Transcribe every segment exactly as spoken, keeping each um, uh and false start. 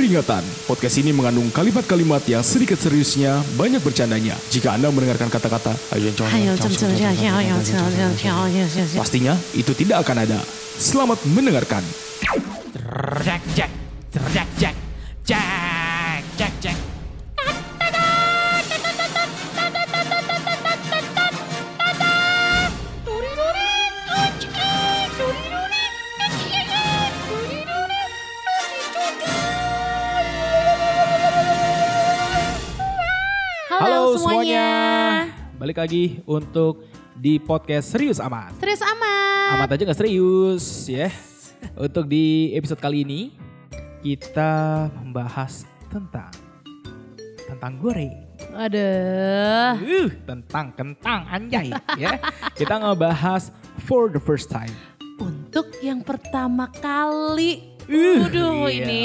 Peringatan, podcast ini mengandung kalimat-kalimat yang sedikit seriusnya, banyak bercandanya. Jika Anda mendengarkan kata-kata pastinya itu tidak akan ada. Selamat mendengarkan. Jack, Jack, Jack, Jack, Jack, Jack, Jack. Halo, Halo semuanya. Balik lagi untuk di podcast Serius Amat. Serius amat. Amat aja gak serius ya. Untuk di episode kali ini kita membahas tentang tentang goreng. Aduh. Uh, tentang kentang anjay ya. Kita ngebahas for the first time. Untuk yang pertama kali. Uh, Aduh iyalah. ini.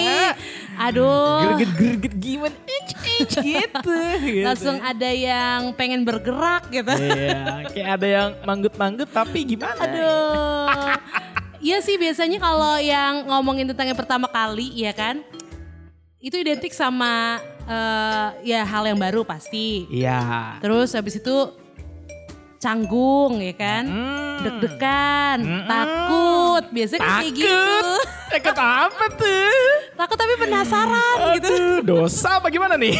Aduh. Gerget-gerget gimana? Ich, ich, gitu, gitu. Langsung ada yang pengen bergerak gitu. Iya, kayak ada yang manggut-manggut tapi gimana? Aduh. Iya sih biasanya kalau yang ngomongin tentang yang pertama kali ya kan. Itu identik sama uh, ya hal yang baru pasti. Iya. Terus habis itu canggung ya kan. Hmm. Deg-degan, Mm-mm. takut. Biasanya kan kayak gitu. Takut apa tuh? Takut tapi penasaran gitu. Aduh, dosa apa gimana nih?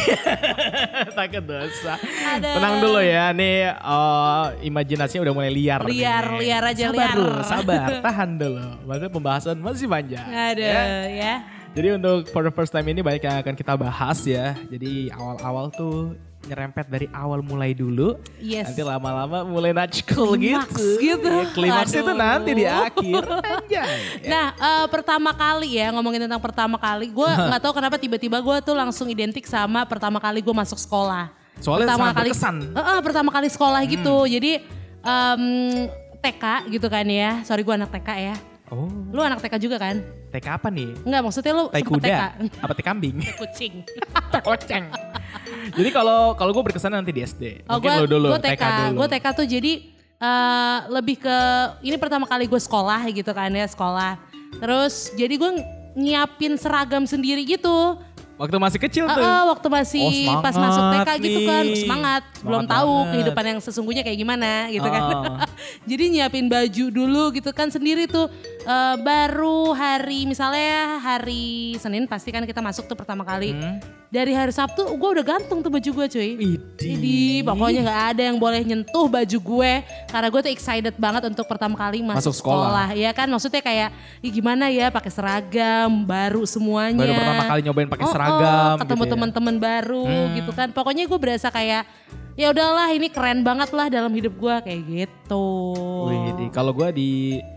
Takut dosa. Ada. Tenang dulu ya, nih oh, imajinasinya udah mulai liar. Liar, nih. liar aja, sabar liar. Dulu, sabar, tahan dulu. Maksudnya pembahasan masih panjang. Ada ya. ya. Jadi untuk for the first time ini banyak yang akan kita bahas ya. Jadi awal-awal tuh nyerempet dari awal mulai dulu. Yes. Nanti lama-lama mulai natchkul Klimaks gitu. gitu. Ya, klimaks Aduh. itu nanti di akhir. Anjay. Nah eh, pertama kali ya ngomongin tentang pertama kali. Gue gak tahu kenapa tiba-tiba gue tuh langsung identik sama pertama kali gue masuk sekolah. Soalnya pertama sangat kali, berkesan. Eh, eh, pertama kali sekolah gitu. Jadi em, T K gitu kan ya. Sorry gue anak T K ya. Oh, Lu anak T K juga kan? T K apa nih? Enggak maksudnya lu Tai sempet T K. kuda? Apa tai kambing? Kucing. Tai koceng. Jadi kalau kalau gue berkesan nanti di S D. Oh, Mungkin gua, lo dulu gua T K, dulu. gue T K tuh jadi uh, lebih ke ini pertama kali gue sekolah gitu kan ya sekolah. Terus jadi gue nyiapin seragam sendiri gitu. Waktu masih kecil Uh, tuh. uh, waktu masih Oh, semangat pas masuk T K gitu kan nih. semangat, belum Semangat tahu banget. kehidupan yang sesungguhnya kayak gimana gitu kan. Oh. Jadi nyiapin baju dulu gitu kan sendiri tuh. Uh, baru hari misalnya hari Senin pasti kan kita masuk tuh pertama kali. Hmm. Dari hari Sabtu gue udah gantung tuh baju gue cuy. Widih. Jadi pokoknya gak ada yang boleh nyentuh baju gue. Karena gue tuh excited banget untuk pertama kali masuk, Masuk sekolah. Ya kan maksudnya kayak ya gimana ya pakai seragam baru semuanya. Baru pertama kali nyobain pakai Oh, oh, seragam ketemu gitu ya. teman-teman baru Hmm. gitu kan. Pokoknya gue berasa kayak ya udahlah ini keren banget lah dalam hidup gue kayak gitu. Widih, kalau gue di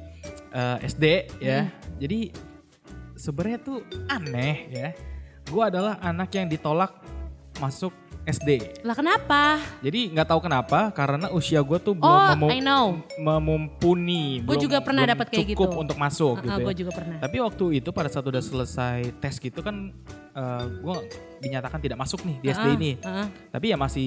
eh, S D ya. Hmm. Jadi sebenarnya tuh aneh ya. Gue adalah anak yang ditolak masuk S D. Lah kenapa? Jadi nggak tahu kenapa karena usia gue tuh belum Oh, memu- I know. memumpuni. Gue belum- juga pernah belum dapat kayak cukup gitu. untuk masuk gitu ya. Gue juga pernah. Tapi waktu itu pada saat udah selesai tes gitu kan gue dinyatakan tidak masuk nih di S D Ah, ini. ah. Tapi ya masih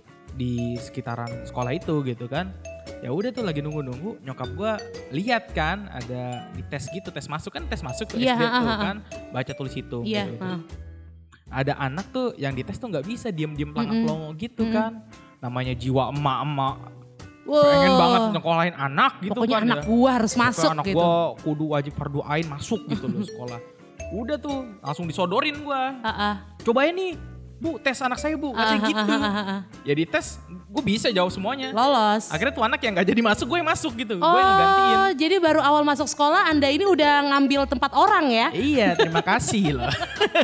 di sekitaran sekolah itu gitu kan. Ya udah tuh lagi nunggu-nunggu nyokap gue lihat kan ada di tes gitu, tes masuk kan tes masuk ke Iya, S D ah, tuh ah, ah. kan. Baca tulis itu. Iya. gitu. ah. Ada anak tuh yang dites tuh nggak bisa diem-diem pelongo-pelongo gitu Mm-mm. kan. Namanya jiwa emak-emak. Wow. Pengen banget nyekolahin anak gitu Pokoknya kan anak ya. gua harus Pokoknya masuk anak gitu. gua kudu wajib fardu ain masuk gitu loh sekolah. Udah tuh langsung disodorin gua. Ah, ah. Cobain nih, Bu, tes anak saya Bu, katanya Ah, ah, gitu. ah, ah, ah. Ya di tes, gue bisa jawab semuanya. Lolos. Akhirnya tuh anak yang gak jadi masuk, gue yang masuk gitu. Oh, Gue yang gantiin. jadi baru awal masuk sekolah Anda ini udah ngambil tempat orang ya? Iya, terima kasih loh.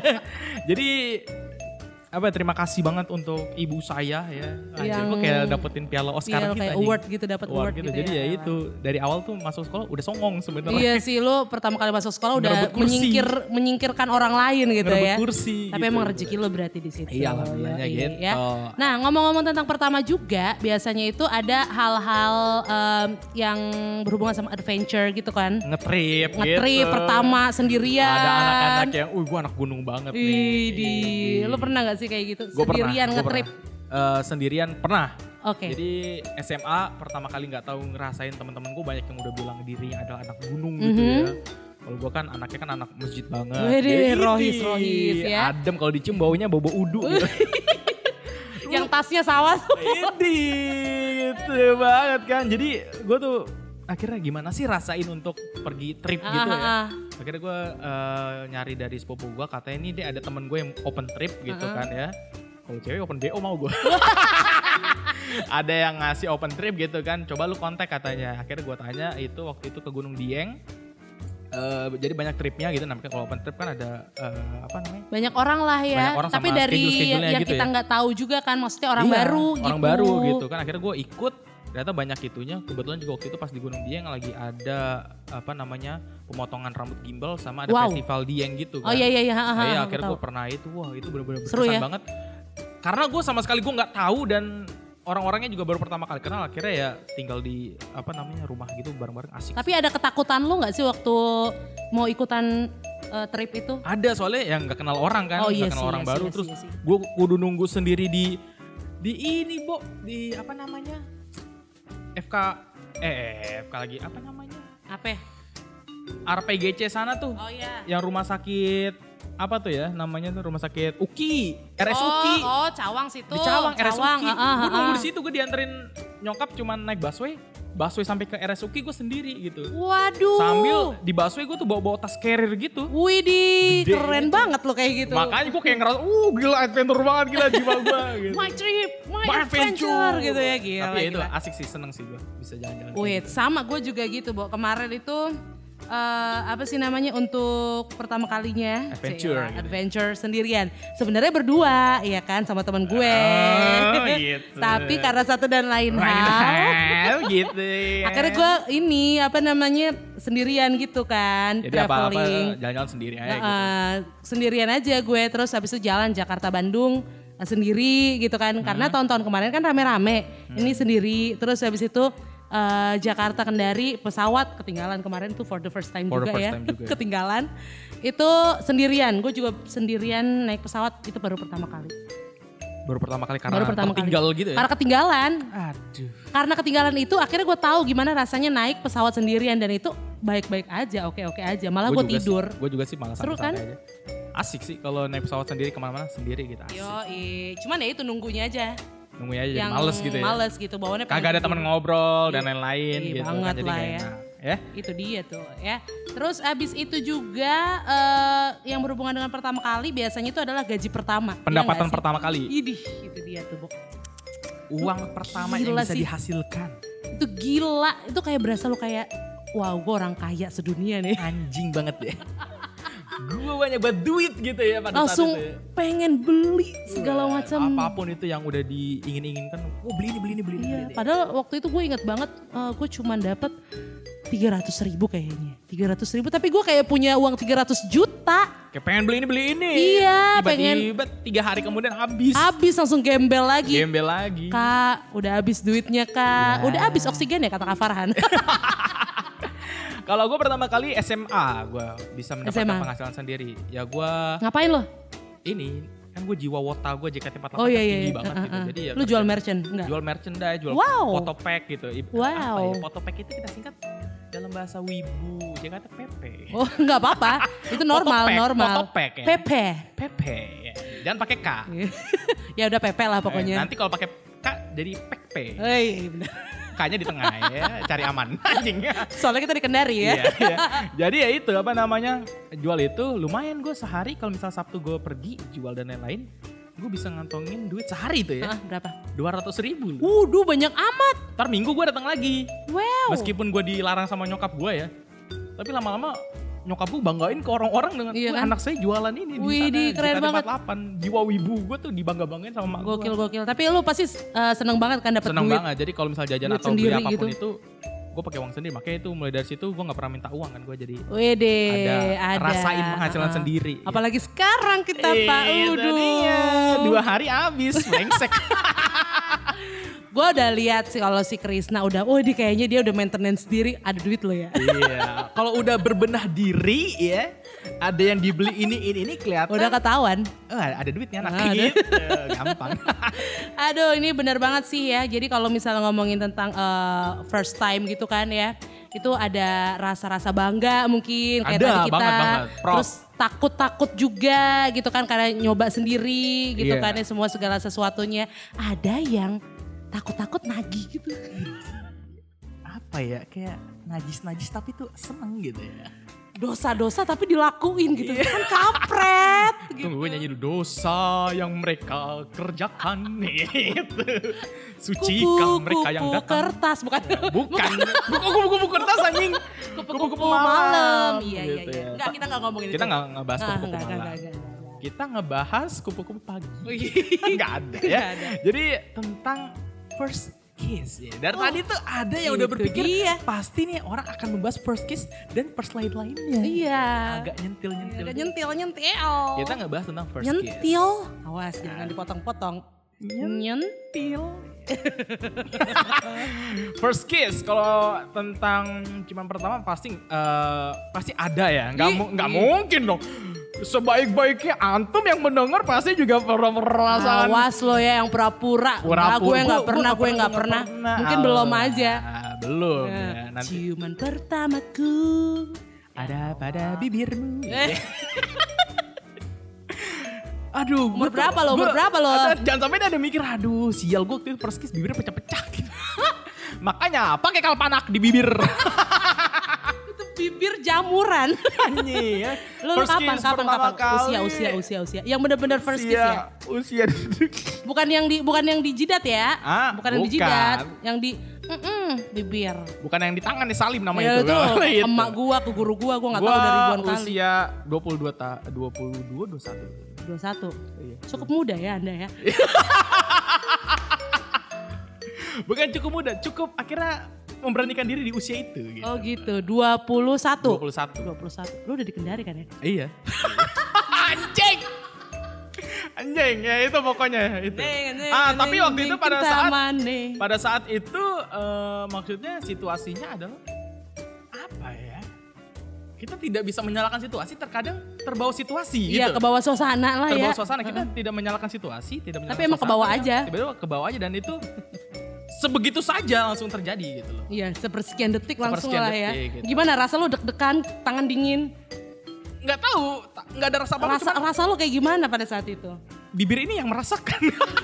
Jadi apa terima kasih banget untuk ibu saya ya. Anjir, Yang- gue kayak dapetin piala Oscar Iya, gitu kayak anjing. award gitu, dapat award gitu. gitu Jadi ya, ya. itu dari awal tuh masuk sekolah udah songong sebenarnya. Iya sih, lu pertama kali masuk sekolah udah Ngerebut kursi. menyingkir menyingkirkan orang lain gitu Ngerebut ya. kursi. Tapi gitu. emang rezeki lu berarti di situ. Iya, alhamdulillahnya Yoi, gitu. ya. Nah, ngomong-ngomong tentang pertama juga, biasanya itu ada hal-hal em, yang berhubungan sama adventure gitu kan. Ngetrip Ngetrip gitu. pertama sendirian. Ada anak-anak yang, "Uh, gue anak gunung banget nih." Widih, lu pernah gak sih kayak gitu? Gua pernah, Sendirian gua ngetrip. pernah. Eh, sendirian pernah. Oke. Jadi S M A pertama kali nggak tahu ngerasain teman-teman gue banyak yang udah bilang dirinya adalah anak gunung gitu Mhm. ya. Kalau gue kan anaknya kan anak masjid banget. Wih, rohis-rohis ya. Adem kalau dicium baunya bobo udu gitu. Yang tasnya sawah tuh. Ini gitu banget kan. Jadi gue tuh akhirnya gimana sih rasain untuk pergi trip gitu ya. Ah, ah. Akhirnya gue uh, nyari dari sepupu gue, katanya ini dia ada temen gue yang open trip gitu Uh-huh. kan ya. Kalau cewek open B O mau gue. Ada yang ngasih open trip gitu kan, coba lu kontak katanya. Akhirnya gue tanya itu waktu itu ke Gunung Dieng. Uh, jadi banyak tripnya gitu, namanya kalau open trip kan ada uh, apa namanya? Banyak orang lah ya. Banyak orang Tapi sama dari schedule-schedule-nya yang gitu kita ya. nggak tahu juga kan, maksudnya orang Iya, baru gitu. Orang baru gitu kan, akhirnya gue ikut. Ternyata banyak itunya. Kebetulan juga waktu itu pas di Gunung Dieng lagi ada apa namanya pemotongan rambut gimbal sama ada Wow. festival Dieng gitu kan. Oh iya iya iya. Nah, ha, iya, ha, akhirnya tahu. gue pernah itu, wah itu benar-benar Seru berkesan ya? banget. Karena gue sama sekali gue nggak tahu dan orang-orangnya juga baru pertama kali kenal. Akhirnya ya tinggal di apa namanya rumah gitu bareng-bareng asik. Tapi ada ketakutan lu nggak sih waktu mau ikutan uh, trip itu? Ada soalnya yang nggak kenal orang kan, Oh, nggak iya kenal sih, orang iya baru. sih, iya Terus sih, iya sih. gue kudu nunggu sendiri di di ini Bo, di apa namanya F K eh F K lagi apa namanya Apa? R P G C sana tuh. Oh iya. Yang rumah sakit apa tuh ya namanya tuh rumah sakit U K I, R S U K I. Oh, oh Cawang situ. Di Cawang, R S U K I. Cawang, ah, ah, Gue nunggu ah. di situ, gue dianterin nyokap cuman naik busway. Busway sampai ke R S U K I gue sendiri gitu. Waduh. Sambil di busway gue tuh bawa-bawa tas carrier gitu. Widih, Gede keren gitu. banget lo kayak gitu. Makanya gue kayak ngerasa, uh gila adventure banget gila jiwa gue gitu. My trip, my, My adventure gitu ya, gila. Tapi ya itu gila. asik sih, seneng sih gue bisa jalan-jalan. kayak Wait, gitu. sama gue juga gitu, Bo. Kemarin itu eh, apa sih namanya untuk pertama kalinya Adventure Cila, gitu. adventure sendirian. Sebenarnya berdua, ya kan, sama teman gue. Oh, gitu. Tapi karena satu dan lain Lain hal, hal gitu ya. akhirnya gue ini apa namanya sendirian gitu kan, Jadi apa-apa traveling. jalan-jalan sendiri aja gitu. Eh, sendirian aja gue, terus habis itu jalan Jakarta Bandung eh, sendiri gitu kan, karena Hmm. tahun-tahun kemarin kan rame-rame, ini sendiri, terus habis itu eh, Jakarta Kendari pesawat ketinggalan kemarin tuh for the first time For the juga first ya, time juga ya. ketinggalan, itu sendirian, gue juga sendirian naik pesawat itu baru pertama kali, Baru pertama kali karena baru pertama tertinggal kali. gitu ya. Karena ketinggalan, Aduh. karena ketinggalan itu akhirnya gue tahu gimana rasanya naik pesawat sendirian dan itu baik-baik aja, oke-oke aja, malah gue tidur. Gue juga sih malah Seru santai-santai kan? aja. Asik sih kalau naik pesawat sendiri kemana-mana sendiri gitu. Asik. Yoi, cuman ya itu nunggunya aja. Nungguin aja jadi Yang males gitu ya. males gitu, bawaannya pengen Kagak ada teman tidur. ngobrol dan lain-lain Iya, gitu banget kan jadi lah gak ya. enak. Ya. Itu dia tuh ya. Terus abis itu juga eh, yang berhubungan dengan pertama kali biasanya itu adalah gaji pertama. Iya Pendapatan nggak sih? pertama kali. Idih, itu dia tuh, Bo. Uang pertama yang Gila bisa sih. dihasilkan. Itu gila, itu kayak berasa lu kayak wow, gue orang kaya sedunia nih. Anjing banget deh. Gue banyak banget duit gitu ya pada Langsung saat itu ya. pengen beli segala Wah, macam. apapun itu yang udah diingin-inginkan, oh beli ini beli ini beli ini. Iya, beli ini. padahal waktu itu gue inget banget uh, gue cuma dapet tiga ratus ribu kayaknya. tiga ratus ribu tapi gue kayak punya uang tiga ratus juta. Kayak pengen beli ini beli ini. Iya, Tiba-tiba tiga hari kemudian habis. Habis langsung gembel lagi. Gembel lagi. Kak, udah habis duitnya kak. Ya. Udah habis oksigen ya kata Kak Farhan. Kalau gue pertama kali S M A gue bisa mendapatkan S M A. penghasilan sendiri. Ya gue Ngapain lo? ini kan gue jiwa wota gue J K T empat puluh delapan Oh iya kan iya. tinggi iya. banget Uh, uh, gitu. uh. Jadi ya Lu kerja- jual merchant? Enggak. jual merchandise, jual Wow. foto pack gitu. Ib- Wow. Apa ya? Foto pack itu kita singkat dalam bahasa wibu J K T P P. Oh enggak apa-apa. Itu normal, Foto pack, normal. foto pack ya. Pepe. P P. Jangan pakai K. Ya udah Pepe lah Eh, pokoknya. nanti kalau pakai K jadi pek P. Hei, bener. K-nya di tengah ya, cari aman. Anjing. Soalnya kita di Kendari ya. Iya, iya. Jadi ya itu apa namanya jual itu lumayan gue sehari kalau misal Sabtu gue pergi jual dan lain-lain, gue bisa ngantongin duit sehari tuh ya Ah, berapa? dua ratus ribu. loh. Waduh banyak amat. Ntar minggu gue datang lagi. Wow. Meskipun gue dilarang sama nyokap gue ya, tapi lama-lama nyokap gue banggain ke orang-orang dengan Iya "Wih, kan? anak saya jualan ini Wih, di di, keren sana J K T banget. empat puluh delapan. Jiwa wibu gue tuh dibangga-banggain sama mak gue. Gokil gokil. Tapi lu pasti uh, seneng banget kan dapat Seneng duit. banget. Jadi kalau misal jajan duit atau beli sendiri apapun gitu. itu, gue pakai uang sendiri. Makanya itu mulai dari situ gue nggak pernah minta uang kan gue jadi Wede, ada, ada. rasain penghasilan Ah. sendiri. Apalagi sekarang kita Pak. Itu Uduh. dia. Dua hari habis, brengsek. Gue udah lihat sih kalau si Krisna udah, oh dia kayaknya dia udah maintenance sendiri, ada duit lo ya. Iya. Kalau udah berbenah diri ya, ada yang dibeli ini ini ini kelihatan. Udah ketahuan. Oh, ada duitnya anak Ada. gitu. Gampang. Aduh ini benar banget sih ya. Jadi kalau misalnya ngomongin tentang eh, first time gitu kan ya. itu ada rasa-rasa bangga mungkin kayak Ada, tadi kita. banget, banget. Proud. Terus takut-takut juga gitu kan karena nyoba sendiri gitu Iya. kan ya semua segala sesuatunya. Ada yang takut-takut nagih gitu. Apa ya kayak najis-najis tapi tuh seneng gitu ya. Dosa-dosa tapi dilakuin gitu. Kan kampret gitu. Tunggu gue nyanyi dulu. Dosa yang mereka kerjakan itu. Sucikan mereka yang Kupu-kupu datang. kertas bukan. Bukan. Kupu-kupu kertas anjing. Kupu-kupu malam. Iya, iya, gitu iya. ya. Enggak, kita enggak ngomongin Kita itu. nggak ngebahas Ah, kupu-kupu enggak, enggak, malam. enggak, enggak. Kita ngebahas kupu-kupu pagi. Nggak ada ya. Nggak ada. Jadi tentang first kiss ya. Dari Oh, tadi tuh ada yang udah itu berpikir dia. pasti nih orang akan membahas first kiss dan first light lainnya. Iya. Agak nyentil-nyentil. Agak nyentil, nyentil. Kita ngebahas tentang first kiss. Nyentil. Awas jangan dipotong-potong. Nyentil. First kiss kalau tentang ciuman pertama pasti eh, pasti ada ya. Nggak Ih, mu- nggak ih. mungkin dong. Sebaik-baiknya antum yang mendengar pasti juga pernah merasakan. Awas lo ya yang pura-pura. Pura-pura. Enggak, gue nggak Gua- gua pernah, nggak gue pernah, nggak nggak pernah. pernah. Mungkin belum aja. Ah, belum Ya, ya. Nanti Ciuman pertamaku. ada pada bibirmu. Eh. Aduh, Umur gua tuh- berapa lo? Umur gua- berapa lo? ada- Jangan sampai dia ada mikir, aduh sial gue waktu itu first kiss bibirnya pecah-pecah gitu. Makanya pakai kalpanak di bibir. Itu bibir jamuran. Anjing ya. Lo First kapan, kiss kapan, pertama kapan? Usia, kali. usia, usia, usia. Yang benar-benar first kiss Usia- ya? Usia. Bukan yang di bukan yang di jidat ya? Ah, bukan yang di bukan. jidat, yang di mm-mm, bibir. Bukan yang di tangan nih Salim nama Ya itu. itu, Gitu. emak gua ke guru gua, gua nggak Gua tahu udah ribuan kali. usia dua puluh dua ta dua puluh dua dua puluh satu. dua puluh satu. Iya. Cukup muda ya Anda ya. Bukan cukup muda, cukup akhirnya memberanikan diri di usia itu gitu. Oh gitu, dua puluh satu. dua puluh satu. dua puluh satu. Lu udah di Kendari kan ya? Iya. Anjing. Anjing, ya itu pokoknya itu. Ah, tapi waktu itu pada saat pada saat itu eh, maksudnya situasinya adalah apa ya? Kita tidak bisa menyalahkan situasi, terkadang terbawa situasi Iya, gitu. ke bawah suasana lah Terbawa ya. suasana, kita tidak menyalahkan situasi, tidak menyalahkan Tapi emang suasana, kebawa tapi aja. Tiba-tiba kebawa aja dan itu sebegitu saja langsung terjadi gitu loh. Iya, sepersekian detik langsung Sepersekian lah ya. detik, gitu. Gimana rasa lu deg-degan, tangan dingin? Nggak tahu, ta- nggak ada rasa apa-apa, Rasa cuma rasa lu kayak gimana pada saat itu? bibir ini yang merasakan.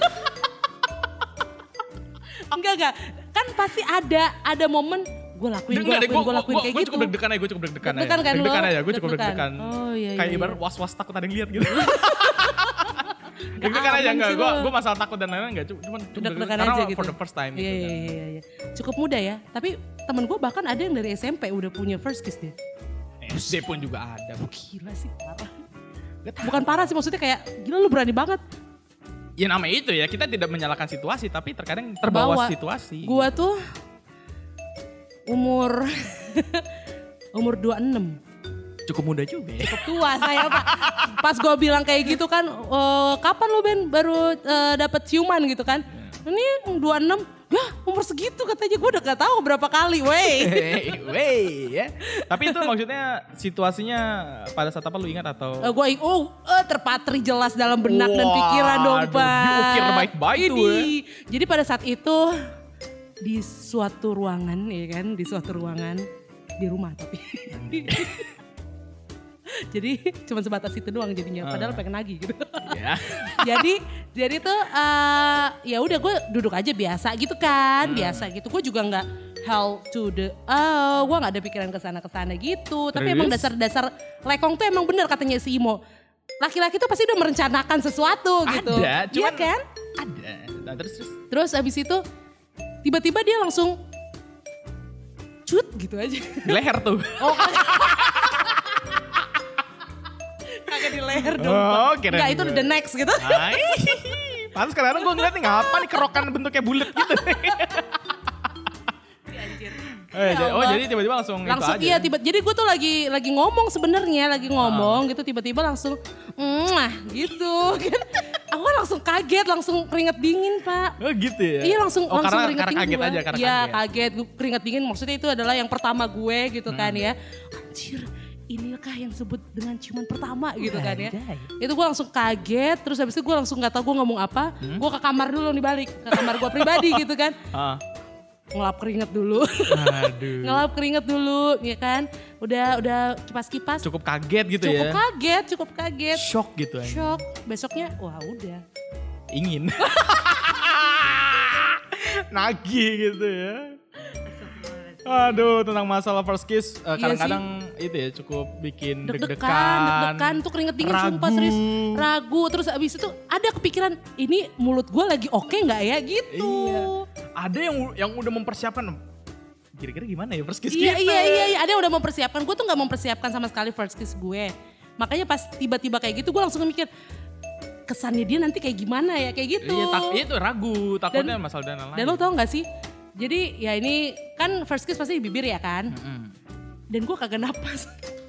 Enggak enggak, kan pasti ada ada momen gue lakuin, gue Enggak deh, lakuin, gue lakuin gua- kayak gua gitu. cukup deg-degan aja, gue cukup deg-degan aja. Deg-degan kan Deg-degan lo? aja, gue cukup Deg-degan. deg-degan. Oh, iya, Kayak iya, ibarat iya. was-was takut ada yang lihat gitu. Deg-degan aja, aman enggak. sih Gue lo. gue masalah takut dan lain-lain enggak. Cuma cuma Deg-degan karena aja gitu. for the first time Iya, gitu iya, kan. iya, iya. Cukup muda ya. Tapi temen gue bahkan ada yang dari S M P udah punya first kiss dia. S D pun juga ada. Gila sih parah. Nggak tahu. Bukan parah sih, maksudnya kayak gila lu berani banget. Ya namanya itu ya, kita tidak menyalahkan situasi, tapi terkadang terbawa Bawa. situasi. Gua tuh umur umur dua puluh enam. Cukup muda juga ya. Tua saya Pak. Pas gue bilang kayak gitu kan, "Eh, kapan lu Ben baru eh, dapet ciuman gitu kan?" Ini dua puluh enam, ya umur segitu katanya, gue udah gak tahu berapa kali, wey. Wey ya. Tapi itu maksudnya situasinya pada saat apa lu ingat atau? Uh, gue oh eh, terpatri jelas dalam benak dan pikiran dong Waduh, Pak. diukir baik-baik tuh, Ini. Jadi pada saat itu di suatu ruangan ya kan, di suatu ruangan di rumah tapi. Jadi cuma sebatas itu doang jadinya, padahal Ah. pengen lagi gitu. Ya. jadi jadi tuh eh, ya udah gue duduk aja biasa gitu kan, Hmm. biasa gitu. Gue juga nggak hell to the oh, gue nggak ada pikiran kesana kesana gitu. Tapi Terus? emang dasar-dasar lekong tuh emang bener katanya si Imo. Laki-laki tuh pasti udah merencanakan sesuatu gitu. Ada, Iya cuman kan? ada. Nah, terus terus. Terus abis itu tiba-tiba dia langsung cut gitu aja. Di leher tuh. Oh kagak. Kagak di leher dong. Oh, Pak. kirain Enggak, itu gue. the next gitu. Hai. Pantes kadang-kadang gue ngeliat nih ngapa nih kerokan bentuknya bulat gitu. Eh, Ya jadi- oh Allah. jadi tiba-tiba langsung, Langsung itu aja. iya tiba jadi gue tuh lagi lagi ngomong sebenarnya lagi ngomong gitu tiba-tiba langsung mwah gitu kan. Aku kan langsung kaget, langsung keringet dingin Pak. Oh gitu ya? Iya langsung oh, langsung karena, keringet karena dingin kaget gua. aja, karena Iya kaget. kaget, gue keringet dingin maksudnya itu adalah yang pertama gue gitu Hmm. kan ya. Anjir, inikah yang sebut dengan ciuman pertama gitu kan ya. Anjay. Itu gue langsung kaget, terus habis itu gue langsung gak tahu gue ngomong apa. Hmm? Gue ke kamar dulu nih balik, ke kamar gue pribadi gitu kan. Ah. ngelap keringet dulu. Aduh. Ngelap keringet dulu, ya kan. Udah udah kipas-kipas. Cukup kaget gitu Cukup ya. kaget, cukup kaget. Shock gitu aja. Shock. Besoknya, wah udah. Ingin. Nagih gitu ya. Aduh, tentang masalah first kiss uh, Iya kadang-kadang itu ya cukup bikin Deg-degan, deg-degan. deg-degan tuh keringet dingin sumpah ragu. serius. Ragu, terus abis itu ada kepikiran, ini mulut gue lagi oke gak ya gitu. Iya. Ada yang yang udah mempersiapkan, kira-kira gimana ya first kiss Iya, kita? iya, iya, iya, ada yang udah mempersiapkan. Gue tuh gak mempersiapkan sama sekali first kiss gue. Makanya pas tiba-tiba kayak gitu gue langsung mikir, kesannya dia nanti kayak gimana ya, kayak gitu. Iya, tak, itu ragu, takutnya masalah dan lain-lain. Dan lo tau gak sih, jadi ya ini kan first kiss pasti di bibir ya kan. Mm-hmm. Dan gue kagak napas.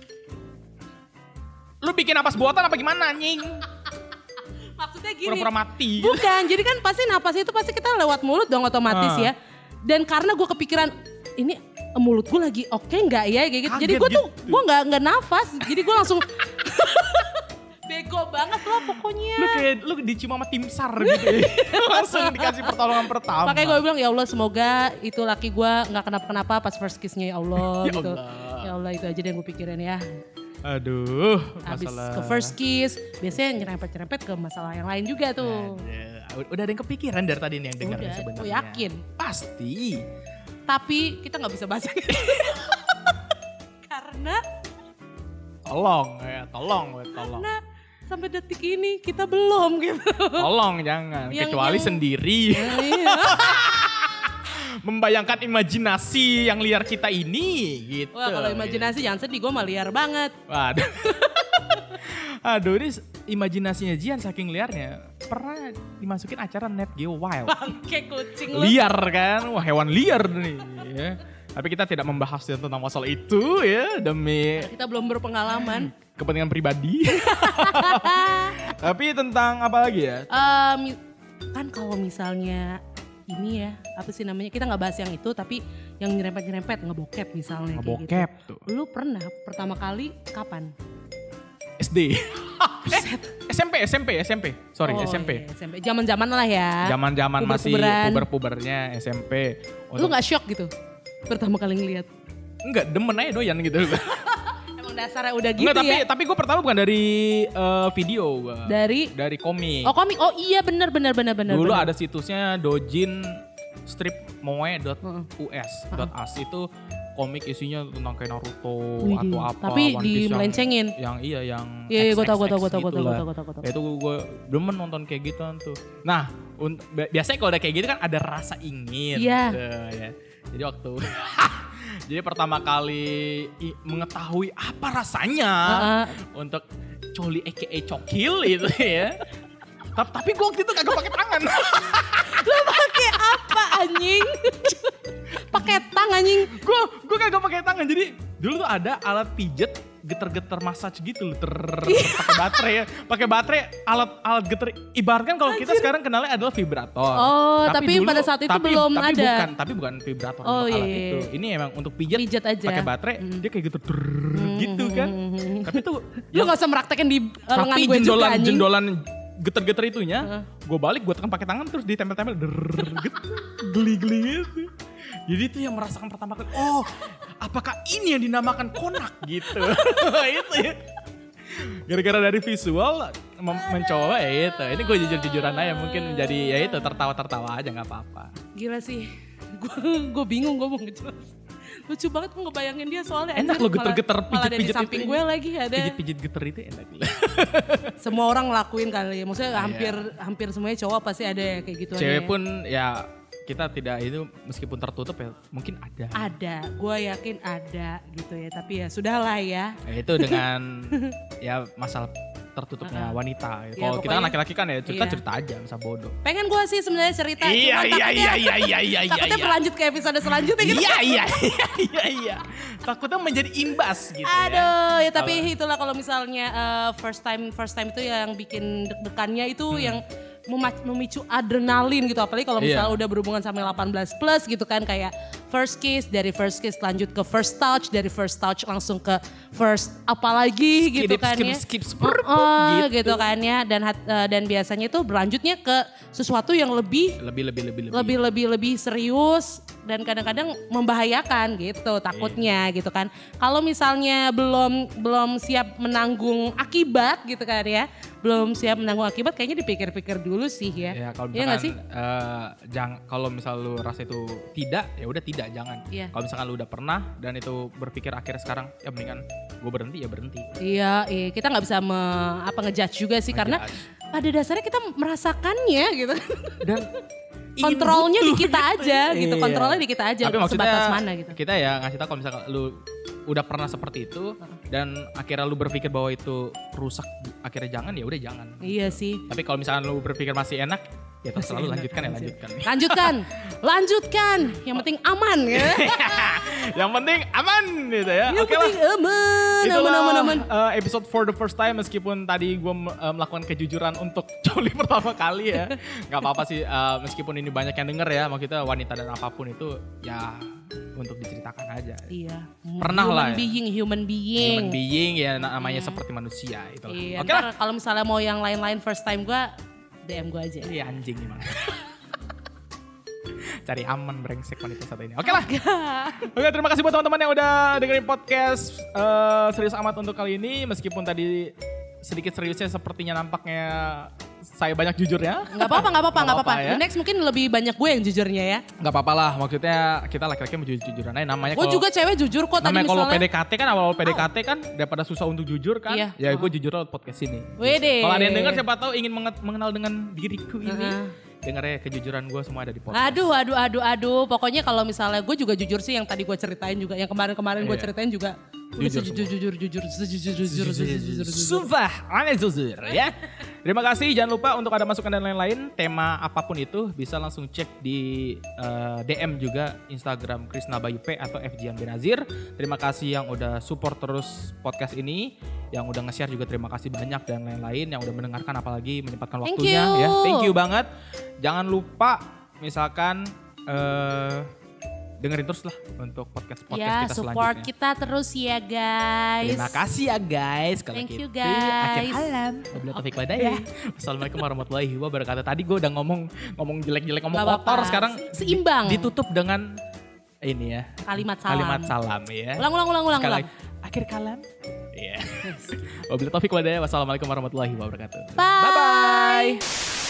Lu bikin napas buatan apa gimana anjing? Maksudnya gini. Pura-pura mati. Bukan, jadi kan pasti napas itu pasti kita lewat mulut dong otomatis Ah. ya. Dan karena gue kepikiran, ini mulut gue lagi oke nggak ya kayak gitu. Kaget Jadi gue tuh, gitu. gue nggak nggak nafas. Jadi gue langsung bego banget lo pokoknya. Lu kayak lu dicium sama tim SAR gitu ya. Langsung dikasih pertolongan pertama. Makanya gue bilang ya Allah semoga itu laki gue nggak kenapa-kenapa pas first kissnya ya Allah Ya gitu. Allah. Ya Allah itu aja deh yang gue pikirin ya. Aduh, Habis masalah. ke first kiss, biasanya nyerempet-nyerempet ke masalah yang lain juga tuh. Ya, udah ada yang kepikiran dari tadi nih yang dengar Udah, sebenarnya. gue yakin. Pasti. Tapi kita nggak bisa bahas yang itu. Karena Tolong ya, tolong, we, tolong. Karena sampai detik ini kita belum gitu. Tolong jangan, Yang- kecuali yang- sendiri. Iya. Membayangkan imajinasi yang liar kita ini gitu. Wah kalau imajinasi jangan sedih, gue mah liar banget. Waduh. Aduh, ini imajinasinya Jian saking liarnya. Pernah dimasukin acara Net Geo Wild. Bangke kucing lu. Liar kan, wah hewan liar nih. Ya. Tapi kita tidak membahas tentang masalah itu ya, demi Kita belum berpengalaman. kepentingan pribadi. Tapi tentang apa lagi ya? Eh, mi- kan kalau misalnya ini ya, apa sih namanya, kita nggak bahas yang itu tapi yang nyerempet-nyerempet, ngebokep misalnya. kayak Ngebokep gitu. tuh. Lu pernah pertama kali kapan? S D. eh, S M P, S M P, S M P. Sorry, Oh, S M P. iya, S M P. Zaman-zaman lah ya. Zaman-zaman masih Puber-puberan. puber-pubernya S M P. Lu gak shock gitu? Pertama kali ngeliat. Enggak, demen aja doyan gitu. Emang dasarnya udah gitu Enggak, tapi ya? tapi gue pertama bukan dari eh, video gue. Dari? Dari komik. Oh komik, oh iya benar benar benar benar. Dulu benar. ada situsnya dojin strip moe dot u s dot a s itu komik isinya tentang kayak Naruto Wih, atau apa. tapi One Piece yang- dimelencengin. Yang iya yang Iya, iya, gue tau, gue tau, gue X X X tau, gue tau, gitulah. gue tau, gue tau, gue tau. Ya itu gue demen nonton kayak gituan tuh. Nah, un- bi- biasanya kalau udah kayak gitu kan ada rasa ingin. Iya. Tuh, ya. Jadi waktu jadi pertama kali i- mengetahui apa rasanya Heeh. untuk coli aka cokil itu ya. Tapi, tapi gue waktu itu kagak pakai tangan. Lu pakai apa anjing? Pakai tang anjing. Gue gue kagak pakai tangan. Jadi dulu tuh ada alat pijet geter-geter massage gitu loh, ter pakai baterai ya. Pakai baterai alat alat geter. Ibaratkan kalau kita sekarang kenalnya adalah vibrator. Oh, tapi pada saat itu belum tapi ada. Bukan, tapi bukan vibrator Oh, untuk alat iya, itu. iya. Ini emang untuk pijet, Pijet aja. pakai baterai, Mm. dia kayak gitu ter gitu kan. Tapi tuh Lu gak usah meraktekin di uh, lengan tapi gue juga jendolan anjing. jendolan geter-geter itunya, gue balik gue tekan pakai tangan terus ditempel-tempel der gitu, geli-geli gitu. Jadi itu yang merasakan pertama kali, oh apakah ini yang dinamakan konak gitu. Itu ya. Gara-gara dari visual mem- mencoba ya itu. Ini gue jujur-jujuran aja mungkin jadi ya itu tertawa-tertawa aja nggak apa-apa. Gila sih. Gue gue bingung gue mau ngejelasin. Lucu banget gue ngebayangin dia soalnya. Enak anjir, lo malah- geter-geter, malah ada di pijit-pijit samping itu gue ini. lagi ada. Pijit-pijit geter itu enak. Semua orang ngelakuin kali. Maksudnya Iya. hampir hampir semuanya cowok pasti ada ya kayak gitu. Cewek pun ya kita tidak itu meskipun tertutup ya mungkin ada. ada, gue yakin ada gitu ya. Tapi ya sudahlah ya. Ya, itu dengan ya masalah tertutupnya wanita. Ya, Kalau kita kan pokoknya- laki-laki kan ya cerita iya. cerita aja, masa bodoh. Pengen gue sih sebenarnya cerita. Iya cuman iya takutnya- iya iya iya iya iya. Takutnya berlanjut ke episode selanjutnya gitu. Iya iya iya iya iya. Takutnya menjadi imbas gitu ya. Aduh, ya tapi itulah kalau misalnya uh, first time first time itu yang bikin deg-degannya itu yang mema- memicu adrenalin gitu, apalagi kalau misalnya Iya. udah berhubungan sampai delapan belas plus gitu kan, kayak first kiss, dari first kiss lanjut ke first touch, dari first touch langsung ke first apalagi Skip, gitu kan skip, ya. skip, skip, Oh, gitu. gitu kan ya, dan hat- uh, dan biasanya itu berlanjutnya ke sesuatu yang lebih Lebih lebih lebih lebih. lebih lebih lebih serius dan kadang-kadang membahayakan gitu takutnya gitu kan. Kalau misalnya belum belum siap menanggung akibat gitu kan ya, belum siap menanggung akibat kayaknya dipikir-pikir dulu sih ya. Ya kalau Iya nggak misalkan uh, jang, kalau misal lu rasa itu tidak, ya udah tidak, jangan. Iya. Kalau misalkan lu udah pernah dan itu berpikir akhirnya sekarang ya mendingan gue berhenti ya berhenti. Iya, iya kita nggak bisa me, apa ngejudge juga sih karena pada dasarnya kita merasakannya gitu. Dan kontrolnya di kita aja gitu, Iya. kontrolnya di kita aja. Tapi maksudnya sebatas mana gitu. kita ya ngasih tau kalau misalkan lu udah pernah seperti itu dan akhirnya lu berpikir bahwa itu rusak, akhirnya jangan, ya udah jangan. Iya sih. Tapi kalau misalkan lu berpikir masih enak, ya terserah lu, lanjutkan ya Masih lanjutkan. Lanjutkan, lanjutkan. Yang penting aman ya. Yang penting aman gitu ya. Yang Oke lah. penting aman, Itulah aman, aman, aman. uh, episode for the first time, meskipun tadi gue uh, melakukan kejujuran untuk coli pertama kali ya. Gak apa-apa sih, uh, meskipun ini banyak yang denger ya, mau kita wanita dan apapun itu ya untuk diceritakan aja. Iya. Pernah human lah ya. being, human being. Human being ya namanya seperti manusia itulah. Iya, Oke lah. ntar kalau misalnya mau yang lain-lain first time gue, D M gue aja. Iya anjing gimana. Cari aman brengsek wanita satu ini. Oke lah. Oke, terima kasih buat teman-teman yang udah dengerin podcast uh, Serius Amat untuk kali ini. Meskipun tadi sedikit seriusnya sepertinya nampaknya saya banyak jujurnya. Gak apa-apa, gak apa-apa, gak apa-apa. ya. The next mungkin lebih banyak gue yang jujurnya ya. Gak apa-apa lah, maksudnya kita laki-laki mau jujur-jujuran aja. Namanya Gue kalau juga cewek jujur kok tadi namanya kalau misalnya. P D K T kan, awal-awal P D K T kan daripada susah untuk jujur kan. Iya. Ya gue jujur lewat podcast ini. Wede. Kalau ada yang denger siapa tahu ingin menget- mengenal dengan diriku ini. Uh-huh. Dengarnya kejujuran gue semua ada di podcast. Aduh, aduh, aduh, aduh. Pokoknya kalau misalnya gue juga jujur sih yang tadi gue ceritain juga. Yang kemarin-kemarin gue Iya. ceritain juga. Udah Jujur sejujur, jujur, jujur, sejujur, jujur, sejujur, jujur. Sumpah, aneh jujur ya. Terima kasih, jangan lupa untuk ada masukan dan lain-lain, tema apapun itu bisa langsung cek di uh, D M juga Instagram Krisna Bayu P atau F J N Benazir. Terima kasih yang udah support terus podcast ini, yang udah nge-share juga terima kasih banyak dan lain-lain, yang udah mendengarkan apalagi menyempatkan Thank waktunya you. ya. Thank you banget. Jangan lupa misalkan uh, dengerin terus lah untuk podcast-podcast Ya, kita support selanjutnya. kita terus ya guys. Terima kasih ya guys. Kalau Thank you, gitu, guys. akhir alam. Wabillahi taufiq wal hidayah. Wassalamualaikum warahmatullahi wabarakatuh. Tadi gue udah ngomong ngomong jelek-jelek, ngomong Gak kotor, apa-apa. sekarang Se- seimbang. ditutup dengan ini ya. Kalimat salam. Kalimat salam ya. Ulang, ulang, ulang, ulang, Sekali ulang. lagi. Akhir kalam. Iya. Wabillahi taufiq wal hidayah. Wassalamualaikum warahmatullahi wabarakatuh. Bye. Bye-bye.